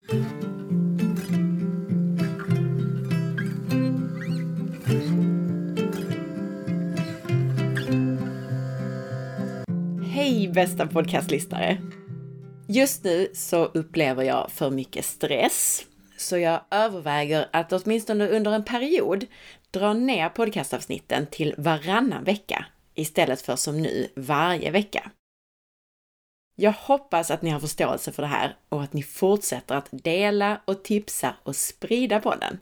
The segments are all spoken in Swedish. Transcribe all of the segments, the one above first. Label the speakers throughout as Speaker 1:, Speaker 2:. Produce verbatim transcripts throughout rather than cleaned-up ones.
Speaker 1: Hej bästa podcastlyssnare! Just nu så upplever jag för mycket stress, så jag överväger att åtminstone under en period dra ner podcastavsnitten till varannan vecka istället för som nu varje vecka. Jag hoppas att ni har förståelse för det här och att ni fortsätter att dela och tipsa och sprida podden.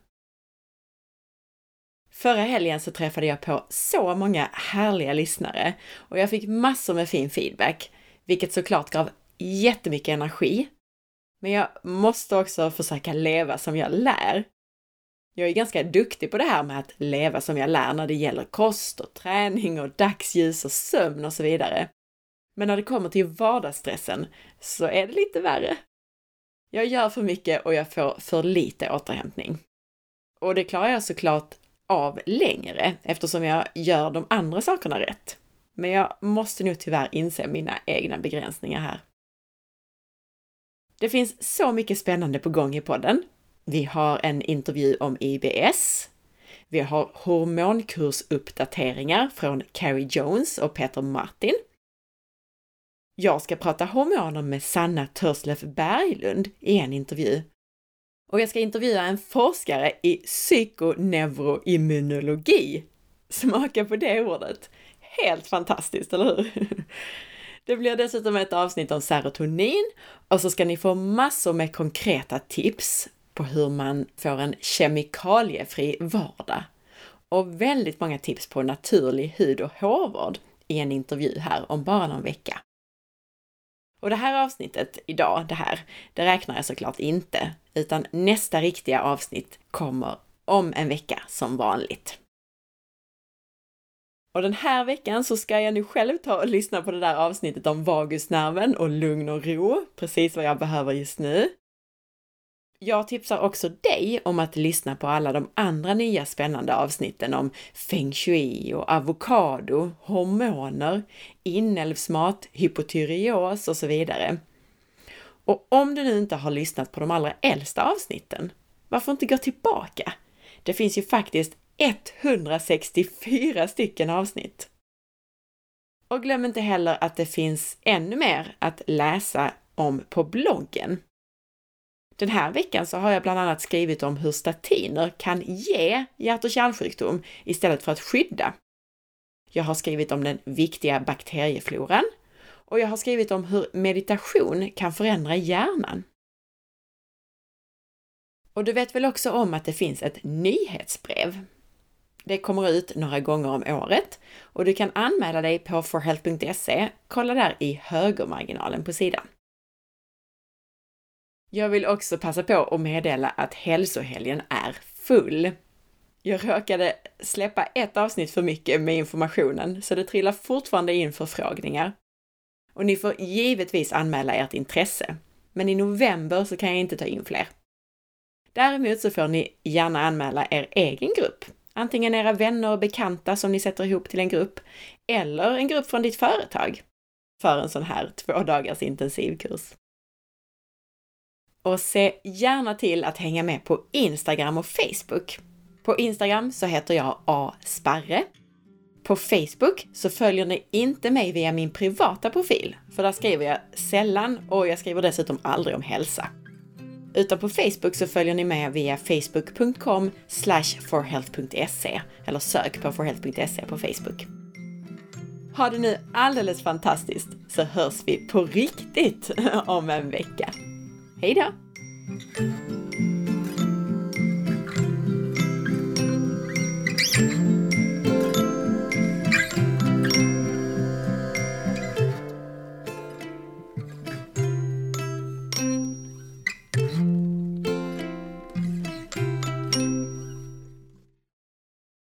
Speaker 1: Förra helgen så träffade jag på så många härliga lyssnare och jag fick massor med fin feedback, vilket såklart gav jättemycket energi. Men jag måste också försöka leva som jag lär. Jag är ganska duktig på det här med att leva som jag lär när det gäller kost och träning och dagsljus och sömn och så vidare. Men när det kommer till vardagsstressen så är det lite värre. Jag gör för mycket och jag får för lite återhämtning. Och det klarar jag såklart av längre eftersom jag gör de andra sakerna rätt. Men jag måste nog tyvärr inse mina egna begränsningar här. Det finns så mycket spännande på gång i podden. Vi har en intervju om I B S. Vi har hormonkursuppdateringar från Carrie Jones och Peter Martin. Jag ska prata hormoner med Sanna Törslef Berglund i en intervju. Och jag ska intervjua en forskare i psykoneuroimmunologi. Smaka på det ordet. Helt fantastiskt, eller hur? Det blir dessutom ett avsnitt om serotonin och så ska ni få massor med konkreta tips på hur man får en kemikaliefri vardag. Och väldigt många tips på naturlig hud- och hårvård i en intervju här om bara någon vecka. Och det här avsnittet idag, det här, det räknar jag såklart inte, utan nästa riktiga avsnitt kommer om en vecka som vanligt. Och den här veckan så ska jag nu själv ta och lyssna på det där avsnittet om vagusnerven och lugn och ro, precis vad jag behöver just nu. Jag tipsar också dig om att lyssna på alla de andra nya spännande avsnitten om feng shui och avokado, hormoner, inälvsmat, hypotyreos och så vidare. Och om du nu inte har lyssnat på de allra äldsta avsnitten, varför inte gå tillbaka? Det finns ju faktiskt etthundrasextiofyra stycken avsnitt. Och glöm inte heller att det finns ännu mer att läsa om på bloggen. Den här veckan så har jag bland annat skrivit om hur statiner kan ge hjärt- och kärlsjukdom istället för att skydda. Jag har skrivit om den viktiga bakteriefloran och jag har skrivit om hur meditation kan förändra hjärnan. Och du vet väl också om att det finns ett nyhetsbrev. Det kommer ut några gånger om året och du kan anmäla dig på for health punkt se. Kolla där i högermarginalen på sidan. Jag vill också passa på att meddela att hälsohelgen är full. Jag råkade släppa ett avsnitt för mycket med informationen så det trillar fortfarande in förfrågningar. Och ni får givetvis anmäla ert intresse, men i november så kan jag inte ta in fler. Däremot så får ni gärna anmäla er egen grupp. Antingen era vänner och bekanta som ni sätter ihop till en grupp eller en grupp från ditt företag för en sån här två dagars intensivkurs. Och se gärna till att hänga med på Instagram och Facebook. På Instagram så heter jag A Sparre. På Facebook så följer ni inte mig via min privata profil, för där skriver jag sällan och jag skriver dessutom aldrig om hälsa. Utan på Facebook så följer ni med via facebook punkt com slash for health punkt se eller sök på for health punkt se på Facebook. Ha det nu alldeles fantastiskt så hörs vi på riktigt om en vecka. Hej då!